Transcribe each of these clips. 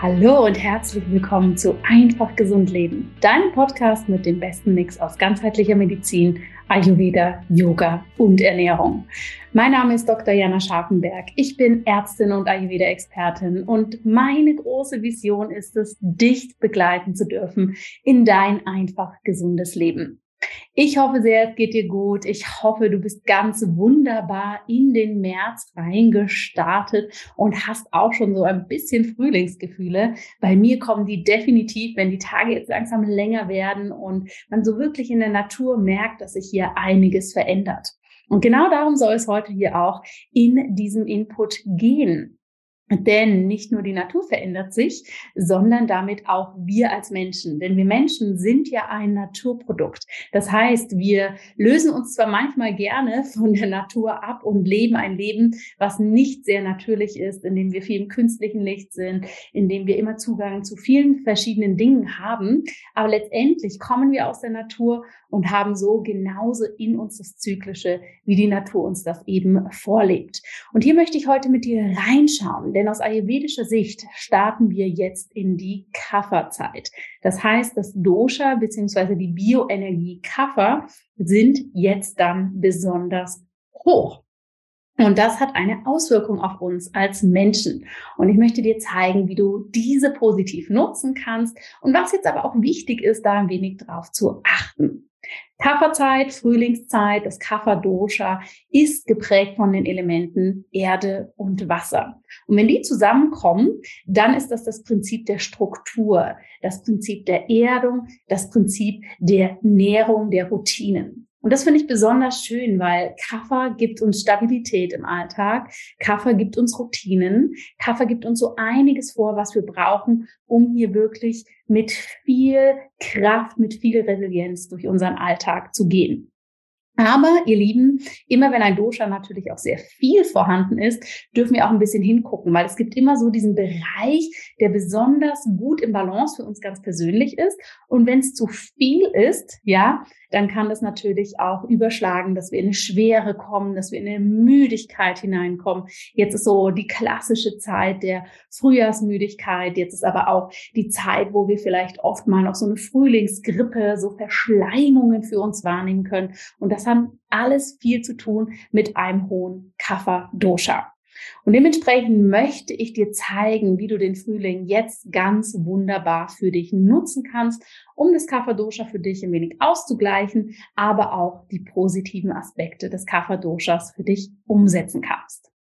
Hallo und herzlich willkommen zu Einfach gesund leben, deinem Podcast mit dem besten Mix aus ganzheitlicher Medizin, Ayurveda, Yoga und Ernährung. Mein Name ist Dr. Jana Scharfenberg. Ich bin Ärztin und Ayurveda-Expertin und meine große Vision ist es, dich begleiten zu dürfen in dein einfach gesundes Leben. Ich hoffe sehr, es geht dir gut. Ich hoffe, du bist ganz wunderbar in den März reingestartet und hast auch schon so ein bisschen Frühlingsgefühle. Bei mir kommen die definitiv, wenn die Tage jetzt langsam länger werden und man so wirklich in der Natur merkt, dass sich hier einiges verändert. Und genau darum soll es heute hier auch in diesem Input gehen. Denn nicht nur die Natur verändert sich, sondern damit auch wir als Menschen. Denn wir Menschen sind ja ein Naturprodukt. Das heißt, wir lösen uns zwar manchmal gerne von der Natur ab und leben ein Leben, was nicht sehr natürlich ist, in dem wir viel im künstlichen Licht sind, in dem wir immer Zugang zu vielen verschiedenen Dingen haben. Aber letztendlich kommen wir aus der Natur und haben so genauso in uns das Zyklische, wie die Natur uns das eben vorlebt. Und hier möchte ich heute mit dir reinschauen, denn aus ayurvedischer Sicht starten wir jetzt in die Kapha-Zeit. Das heißt, das Dosha bzw. die Bioenergie Kapha sind jetzt dann besonders hoch. Und das hat eine Auswirkung auf uns als Menschen. Und ich möchte dir zeigen, wie du diese positiv nutzen kannst und was jetzt aber auch wichtig ist, da ein wenig drauf zu achten. Kapha-Zeit, Frühlingszeit, das Kapha-Dosha ist geprägt von den Elementen Erde und Wasser. Und wenn die zusammenkommen, dann ist das Prinzip der Struktur, das Prinzip der Erdung, das Prinzip der Nährung, der Routinen. Und das finde ich besonders schön, weil Kapha gibt uns Stabilität im Alltag, Kapha gibt uns Routinen, Kapha gibt uns so einiges vor, was wir brauchen, um hier wirklich mit viel Kraft, mit viel Resilienz durch unseren Alltag zu gehen. Aber, ihr Lieben, immer wenn ein Dosha natürlich auch sehr viel vorhanden ist, dürfen wir auch ein bisschen hingucken, weil es gibt immer so diesen Bereich, der besonders gut im Balance für uns ganz persönlich ist. Und wenn es zu viel ist, ja, dann kann das natürlich auch überschlagen, dass wir in eine Schwere kommen, dass wir in eine Müdigkeit hineinkommen. Jetzt ist so die klassische Zeit der Frühjahrsmüdigkeit. Jetzt ist aber auch die Zeit, wo wir vielleicht oft mal noch so eine Frühlingsgrippe, so Verschleimungen für uns wahrnehmen können. Und das hat alles viel zu tun mit einem hohen Kapha-Dosha. Und dementsprechend möchte ich dir zeigen, wie du den Frühling jetzt ganz wunderbar für dich nutzen kannst, um das Kapha-Dosha für dich ein wenig auszugleichen, aber auch die positiven Aspekte des Kapha-Doshas für dich umsetzen kannst.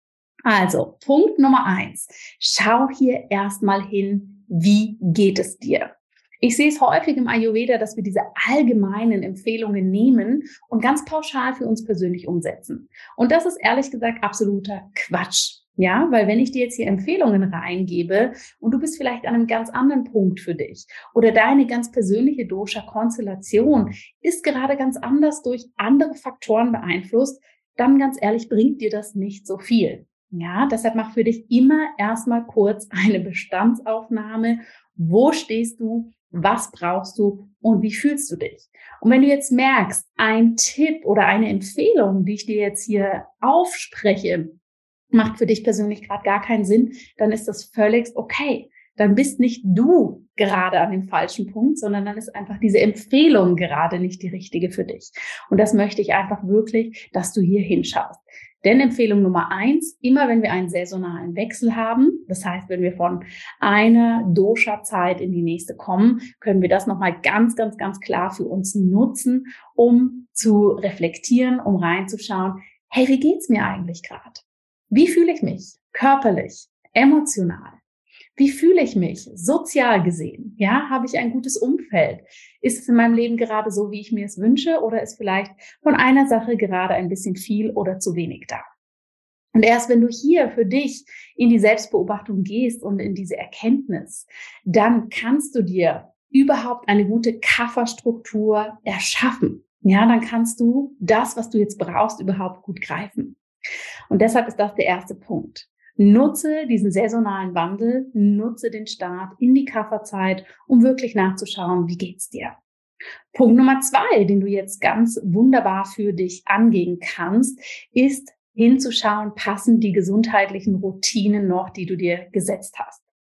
Also, Punkt Nummer 1. Schau hier erstmal hin, wie geht es dir? Ich sehe es häufig im Ayurveda, dass wir diese allgemeinen Empfehlungen nehmen und ganz pauschal für uns persönlich umsetzen. Und das ist ehrlich gesagt absoluter Quatsch. Ja, weil wenn ich dir jetzt hier Empfehlungen reingebe und du bist vielleicht an einem ganz anderen Punkt für dich oder deine ganz persönliche Dosha-Konstellation ist gerade ganz anders durch andere Faktoren beeinflusst, dann ganz ehrlich bringt dir das nicht so viel. Ja, deshalb mach für dich immer erstmal kurz eine Bestandsaufnahme. Wo stehst du? Was brauchst du und wie fühlst du dich? Und wenn du jetzt merkst, ein Tipp oder eine Empfehlung, die ich dir jetzt hier aufspreche, macht für dich persönlich gerade gar keinen Sinn, dann ist das völlig okay. Dann bist nicht du gerade an dem falschen Punkt, sondern dann ist einfach diese Empfehlung gerade nicht die richtige für dich. Und das möchte ich einfach wirklich, dass du hier hinschaust. Denn Empfehlung Nummer 1, immer wenn wir einen saisonalen Wechsel haben, das heißt, wenn wir von einer Dosha-Zeit in die nächste kommen, können wir das nochmal ganz, ganz, ganz klar für uns nutzen, um zu reflektieren, um reinzuschauen, hey, wie geht's mir eigentlich gerade? Wie fühle ich mich körperlich, emotional? Wie fühle ich mich sozial gesehen? Ja, habe ich ein gutes Umfeld? Ist es in meinem Leben gerade so, wie ich mir es wünsche, oder ist vielleicht von einer Sache gerade ein bisschen viel oder zu wenig da? Und erst wenn du hier für dich in die Selbstbeobachtung gehst und in diese Erkenntnis, dann kannst du dir überhaupt eine gute Kapha-Struktur erschaffen. Ja, dann kannst du das, was du jetzt brauchst, überhaupt gut greifen. Und deshalb ist das der erste Punkt. Nutze diesen saisonalen Wandel, nutze den Start in die Kapha-Zeit, um wirklich nachzuschauen, wie geht's dir. Punkt Nummer 2, den du jetzt ganz wunderbar für dich angehen kannst, ist hinzuschauen, passen die gesundheitlichen Routinen noch, die du dir gesetzt hast.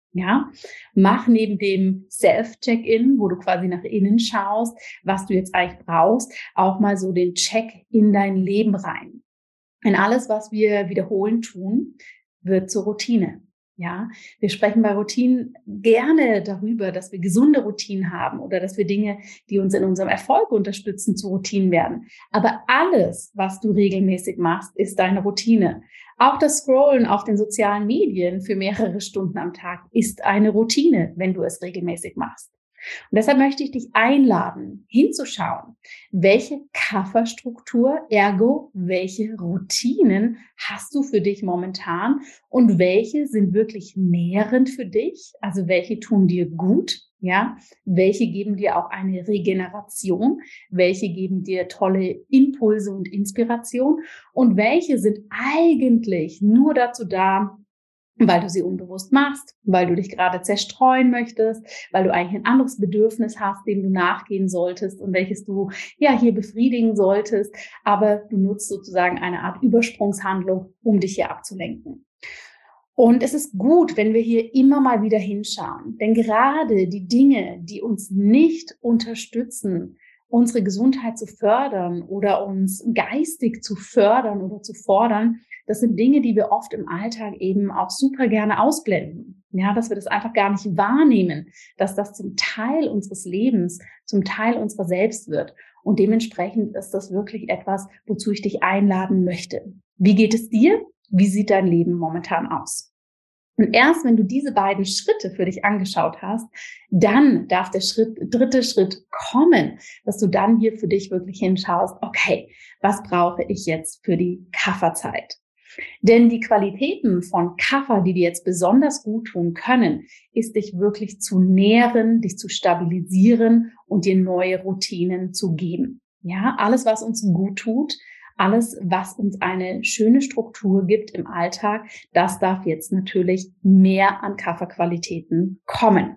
Ja, mach neben dem Self-Check-In, wo du quasi nach innen schaust, was du jetzt eigentlich brauchst, auch mal so den Check in dein Leben rein. Denn alles, was wir wiederholen tun, wird zur Routine. Ja, wir sprechen bei Routinen gerne darüber, dass wir gesunde Routinen haben oder dass wir Dinge, die uns in unserem Erfolg unterstützen, zu Routinen werden. Aber alles, was du regelmäßig machst, ist deine Routine. Auch das Scrollen auf den sozialen Medien für mehrere Stunden am Tag ist eine Routine, wenn du es regelmäßig machst. Und deshalb möchte ich dich einladen, hinzuschauen, welche Kafferstruktur, ergo, welche Routinen hast du für dich momentan und welche sind wirklich nährend für dich, also welche tun dir gut, ja, welche geben dir auch eine Regeneration, welche geben dir tolle Impulse und Inspiration und welche sind eigentlich nur dazu da, weil du sie unbewusst machst, weil du dich gerade zerstreuen möchtest, weil du eigentlich ein anderes Bedürfnis hast, dem du nachgehen solltest und welches du ja hier befriedigen solltest, aber du nutzt sozusagen eine Art Übersprungshandlung, um dich hier abzulenken. Und es ist gut, wenn wir hier immer mal wieder hinschauen, denn gerade die Dinge, die uns nicht unterstützen, unsere Gesundheit zu fördern oder uns geistig zu fördern oder zu fordern, das sind Dinge, die wir oft im Alltag eben auch super gerne ausblenden. Ja, dass wir das einfach gar nicht wahrnehmen, dass das zum Teil unseres Lebens, zum Teil unserer selbst wird. Und dementsprechend ist das wirklich etwas, wozu ich dich einladen möchte. Wie geht es dir? Wie sieht dein Leben momentan aus? Und erst wenn du diese beiden Schritte für dich angeschaut hast, dann darf der dritte Schritt kommen, dass du dann hier für dich wirklich hinschaust, okay, was brauche ich jetzt für die Kafferzeit? Denn die Qualitäten von Kaffer, die dir jetzt besonders gut tun können, ist dich wirklich zu nähren, dich zu stabilisieren und dir neue Routinen zu geben. Ja, alles, was uns gut tut, alles, was uns eine schöne Struktur gibt im Alltag, das darf jetzt natürlich mehr an Kafferqualitäten kommen.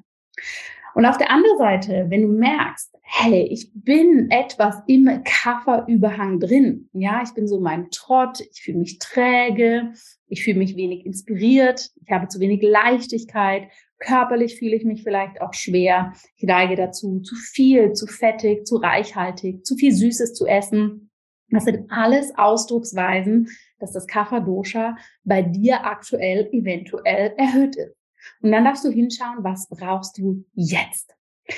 Und auf der anderen Seite, wenn du merkst, hey, ich bin etwas im Kafferüberhang drin, ja, ich bin so in meinem Trott, ich fühle mich träge, ich fühle mich wenig inspiriert, ich habe zu wenig Leichtigkeit, körperlich fühle ich mich vielleicht auch schwer, ich neige dazu, zu viel, zu fettig, zu reichhaltig, zu viel Süßes zu essen. Das sind alles Ausdrucksweisen, dass das Kapha-Dosha bei dir aktuell eventuell erhöht ist. Und dann darfst du hinschauen, was brauchst du jetzt?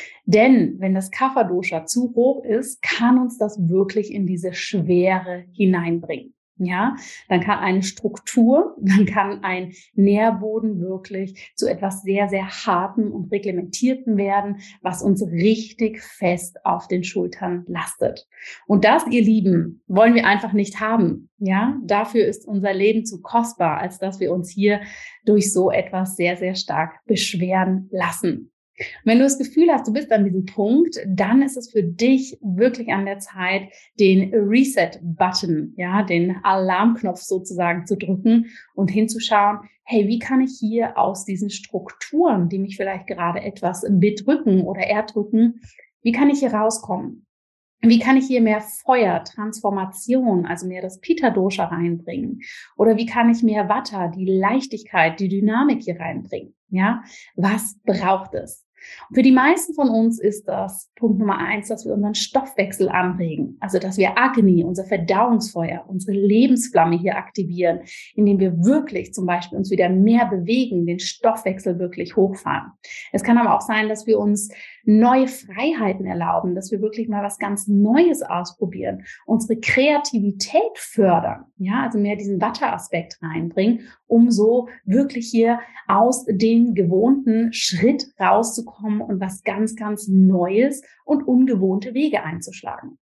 Denn wenn das Kapha-Dosha zu hoch ist, kann uns das wirklich in diese Schwere hineinbringen. Ja, dann kann eine Struktur, dann kann ein Nährboden wirklich zu etwas sehr, sehr Harten und Reglementierten werden, was uns richtig fest auf den Schultern lastet. Und das, ihr Lieben, wollen wir einfach nicht haben. Ja, dafür ist unser Leben zu kostbar, als dass wir uns hier durch so etwas sehr, sehr stark beschweren lassen. Wenn du das Gefühl hast, du bist an diesem Punkt, dann ist es für dich wirklich an der Zeit, den Reset-Button, ja, den Alarmknopf sozusagen zu drücken und hinzuschauen, hey, wie kann ich hier aus diesen Strukturen, die mich vielleicht gerade etwas bedrücken oder erdrücken, wie kann ich hier rauskommen? Wie kann ich hier mehr Feuer, Transformation, also mehr das Pitta-Dosha reinbringen? Oder wie kann ich mehr Vata, die Leichtigkeit, die Dynamik hier reinbringen? Ja, was braucht es? Und für die meisten von uns ist das Punkt Nummer 1, dass wir unseren Stoffwechsel anregen. Also, dass wir Agni, unser Verdauungsfeuer, unsere Lebensflamme hier aktivieren, indem wir wirklich zum Beispiel uns wieder mehr bewegen, den Stoffwechsel wirklich hochfahren. Es kann aber auch sein, dass wir uns neue Freiheiten erlauben, dass wir wirklich mal was ganz Neues ausprobieren, unsere Kreativität fördern, ja, also mehr diesen Vata-Aspekt reinbringen, um so wirklich hier aus dem gewohnten Schritt rauszukommen und was ganz, ganz Neues und ungewohnte Wege einzuschlagen.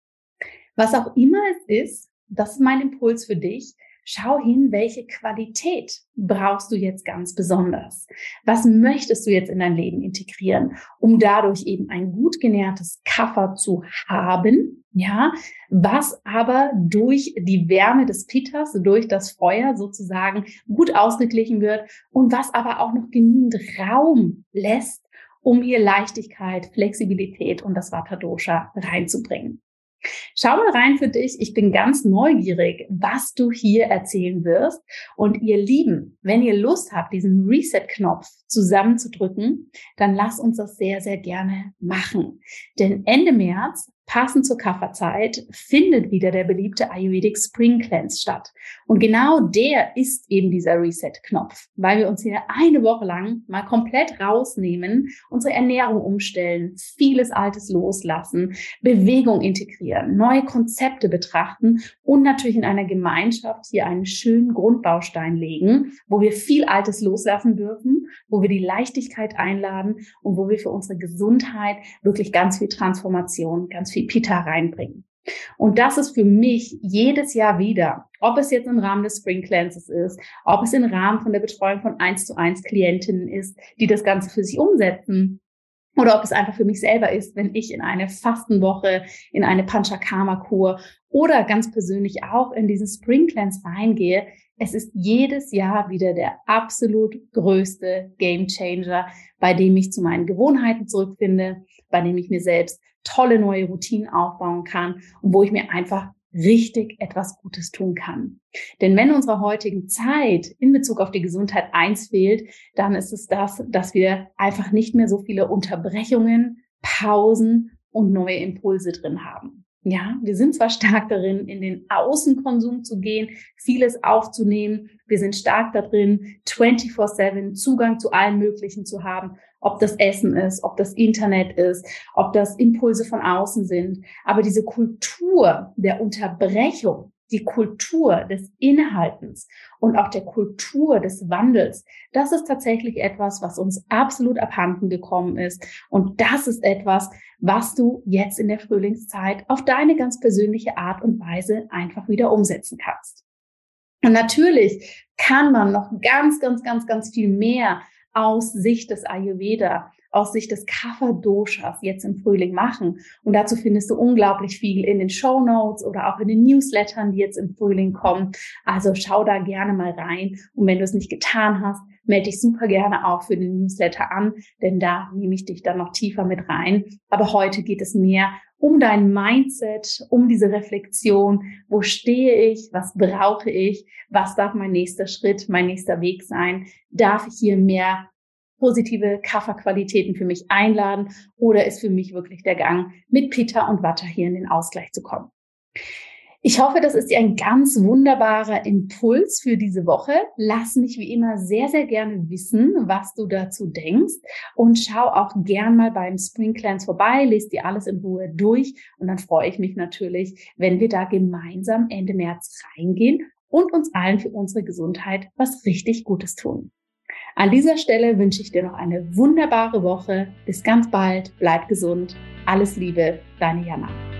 Was auch immer es ist, das ist mein Impuls für dich. Schau hin, welche Qualität brauchst du jetzt ganz besonders? Was möchtest du jetzt in dein Leben integrieren, um dadurch eben ein gut genährtes Kapha zu haben, ja, was aber durch die Wärme des Pittas, durch das Feuer sozusagen gut ausgeglichen wird und was aber auch noch genügend Raum lässt, um hier Leichtigkeit, Flexibilität und das Vata-Dosha reinzubringen. Schau mal rein für dich. Ich bin ganz neugierig, was du hier erzählen wirst. Und ihr Lieben, wenn ihr Lust habt, diesen Reset-Knopf zusammenzudrücken, dann lasst uns das sehr, sehr gerne machen. Denn Ende März, passend zur Kafferzeit, findet wieder der beliebte Ayurvedic Spring Cleanse statt. Und genau der ist eben dieser Reset-Knopf, weil wir uns hier eine Woche lang mal komplett rausnehmen, unsere Ernährung umstellen, vieles Altes loslassen, Bewegung integrieren, neue Konzepte betrachten und natürlich in einer Gemeinschaft hier einen schönen Grundbaustein legen, wo wir viel Altes loslassen dürfen, wo wir die Leichtigkeit einladen und wo wir für unsere Gesundheit wirklich ganz viel Transformation, ganz viel Pitta reinbringen. Und das ist für mich jedes Jahr wieder, ob es jetzt im Rahmen des Spring Cleanses ist, ob es im Rahmen von der Betreuung von 1:1 Klientinnen ist, die das Ganze für sich umsetzen, oder ob es einfach für mich selber ist, wenn ich in eine Fastenwoche, in eine Panchakarma-Kur oder ganz persönlich auch in diesen Spring Cleanse reingehe. Es ist jedes Jahr wieder der absolut größte Game Changer, bei dem ich zu meinen Gewohnheiten zurückfinde, bei dem ich mir selbst tolle neue Routinen aufbauen kann und wo ich mir einfach richtig etwas Gutes tun kann. Denn wenn unserer heutigen Zeit in Bezug auf die Gesundheit eins fehlt, dann ist es das, dass wir einfach nicht mehr so viele Unterbrechungen, Pausen und neue Impulse drin haben. Ja, wir sind zwar stark darin, in den Außenkonsum zu gehen, vieles aufzunehmen. Wir sind stark darin, 24/7 Zugang zu allem Möglichen zu haben, ob das Essen ist, ob das Internet ist, ob das Impulse von außen sind. Aber diese Kultur der Unterbrechung, die Kultur des Innehaltens und auch der Kultur des Wandels, das ist tatsächlich etwas, was uns absolut abhanden gekommen ist. Und das ist etwas, was du jetzt in der Frühlingszeit auf deine ganz persönliche Art und Weise einfach wieder umsetzen kannst. Und natürlich kann man noch ganz viel mehr aus Sicht des Ayurveda, aus Sicht des Kapha-Doshas jetzt im Frühling machen. Und dazu findest du unglaublich viel in den Shownotes oder auch in den Newslettern, die jetzt im Frühling kommen. Also schau da gerne mal rein. Und wenn du es nicht getan hast, melde dich super gerne auch für den Newsletter an, denn da nehme ich dich dann noch tiefer mit rein. Aber heute geht es mehr um dein Mindset, um diese Reflexion. Wo stehe ich? Was brauche ich? Was darf mein nächster Schritt, mein nächster Weg sein? Darf ich hier mehr positive Kapha-Qualitäten für mich einladen oder ist für mich wirklich der Gang mit Pitta und Vata hier in den Ausgleich zu kommen? Ich hoffe, das ist dir ein ganz wunderbarer Impuls für diese Woche. Lass mich wie immer sehr, sehr gerne wissen, was du dazu denkst und schau auch gern mal beim Spring Cleanse vorbei, lest dir alles in Ruhe durch und dann freue ich mich natürlich, wenn wir da gemeinsam Ende März reingehen und uns allen für unsere Gesundheit was richtig Gutes tun. An dieser Stelle wünsche ich dir noch eine wunderbare Woche. Bis ganz bald, bleib gesund. Alles Liebe, deine Jana.